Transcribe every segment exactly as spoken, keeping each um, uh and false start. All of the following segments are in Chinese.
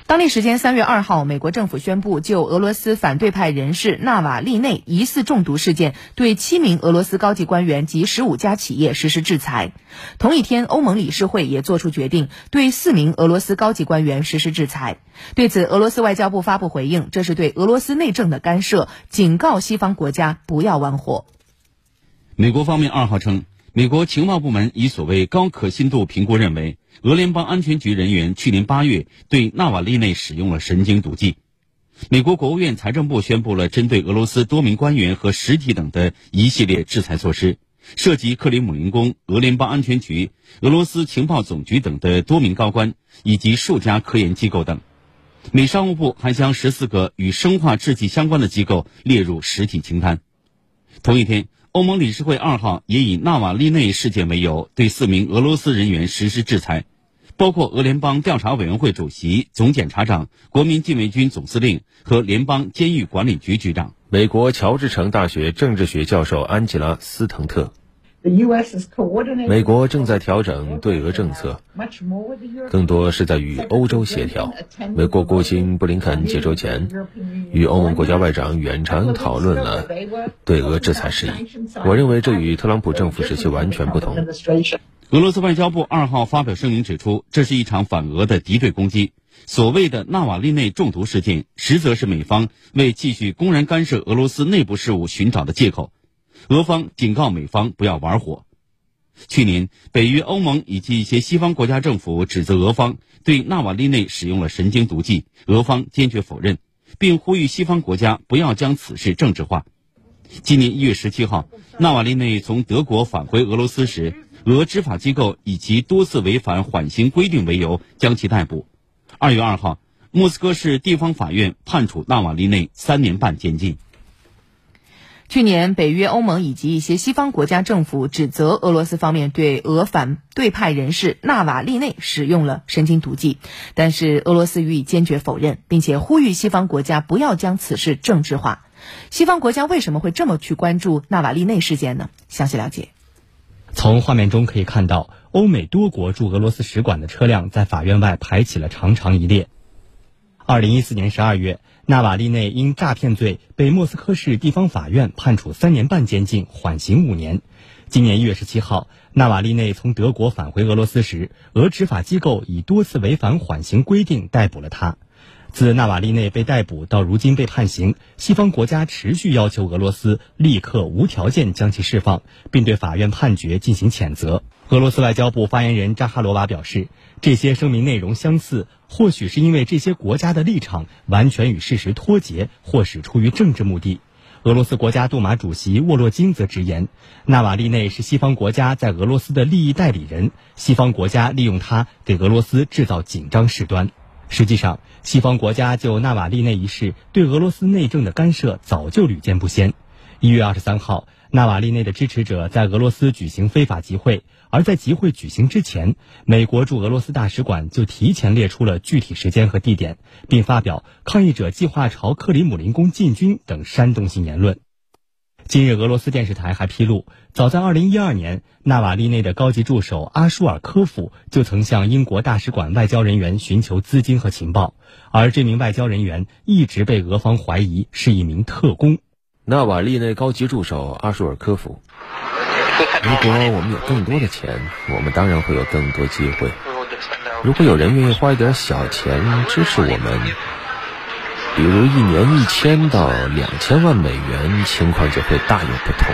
当地时间三月二号，美国政府宣布就俄罗斯反对派人士纳瓦利内疑似中毒事件，对七名俄罗斯高级官员及十五家企业实施制裁。同一天，欧盟理事会也作出决定，对四名俄罗斯高级官员实施制裁。对此，俄罗斯外交部发布回应，这是对俄罗斯内政的干涉，警告西方国家不要玩火。 美国方面二号称，美国情报部门以所谓高可信度评估认为，俄联邦安全局人员去年八月对纳瓦利内使用了神经毒剂。美国国务院财政部宣布了针对俄罗斯多名官员和实体等的一系列制裁措施，涉及克里姆林宫、俄联邦安全局、俄罗斯情报总局等的多名高官以及数家科研机构等。美商务部还将十四个与生化制剂相关的机构列入实体清单。同一天，欧盟理事会二号也以纳瓦利内事件为由，对四名俄罗斯人员实施制裁，包括俄联邦调查委员会主席、总检察长、国民禁卫军总司令和联邦监狱管理局局长。 美国乔治城大学政治学教授安吉拉·斯滕特，美国正在调整对俄政策，更多是在与欧洲协调。美国国务卿布林肯解周前与欧盟国家外长远程讨论了对俄制裁事宜。我认为这与特朗普政府时期完全不同。 俄罗斯外交部二号发表声明指出，这是一场反俄的敌对攻击。所谓的纳瓦利内中毒事件，实则是美方为继续公然干涉俄罗斯内部事务寻找的借口。俄方警告美方不要玩火。去年，北约、欧盟以及一些西方国家政府指责俄方对纳瓦利内使用了神经毒剂，俄方坚决否认，并呼吁西方国家不要将此事政治化。今年一月十七号，纳瓦利内从德国返回俄罗斯时，俄执法机构以其多次违反缓刑规定为由将其逮捕。二月二号，莫斯科市地方法院判处纳瓦利内三年半监禁。 去年，北约、欧盟以及一些西方国家政府指责俄罗斯方面对俄反对派人士纳瓦利内使用了神经毒剂，但是俄罗斯予以坚决否认，并且呼吁西方国家不要将此事政治化。西方国家为什么会这么去关注纳瓦利内事件呢？详细了解。 从画面中可以看到，欧美多国驻俄罗斯使馆的车辆在法院外排起了长长一列。二零一四年十二月，纳瓦利内因诈骗罪被莫斯科市地方法院判处三年半监禁，缓刑五年。今年一月十七号，纳瓦利内从德国返回俄罗斯时，俄执法机构以多次违反缓刑规定逮捕了他。自纳瓦利内被逮捕到如今被判刑，西方国家持续要求俄罗斯立刻无条件将其释放，并对法院判决进行谴责。俄罗斯外交部发言人扎哈罗娃表示，这些声明内容相似，或许是因为这些国家的立场完全与事实脱节，或是出于政治目的。俄罗斯国家杜马主席沃洛金则直言，纳瓦利内是西方国家在俄罗斯的利益代理人，西方国家利用他给俄罗斯制造紧张事端。实际上，西方国家就纳瓦利内一事对俄罗斯内政的干涉早就屡见不鲜。一月二十三号，纳瓦利内的支持者在俄罗斯举行非法集会，而在集会举行之前，美国驻俄罗斯大使馆就提前列出了具体时间和地点，并发表抗议者计划朝克里姆林宫进军等煽动性言论。今日俄罗斯电视台还披露，早在二零一二年，纳瓦利内的高级助手阿舒尔科夫就曾向英国大使馆外交人员寻求资金和情报，而这名外交人员一直被俄方怀疑是一名特工。 纳瓦利内高级助手阿舒尔科夫，如果我们有更多的钱，我们当然会有更多机会。如果有人愿意花一点小钱支持我们，比如一年一千到两千万美元，情况就会大有不同。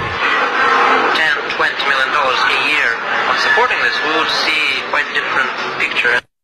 ten, twenty million dollars a year on supporting this, we would see quite different picture.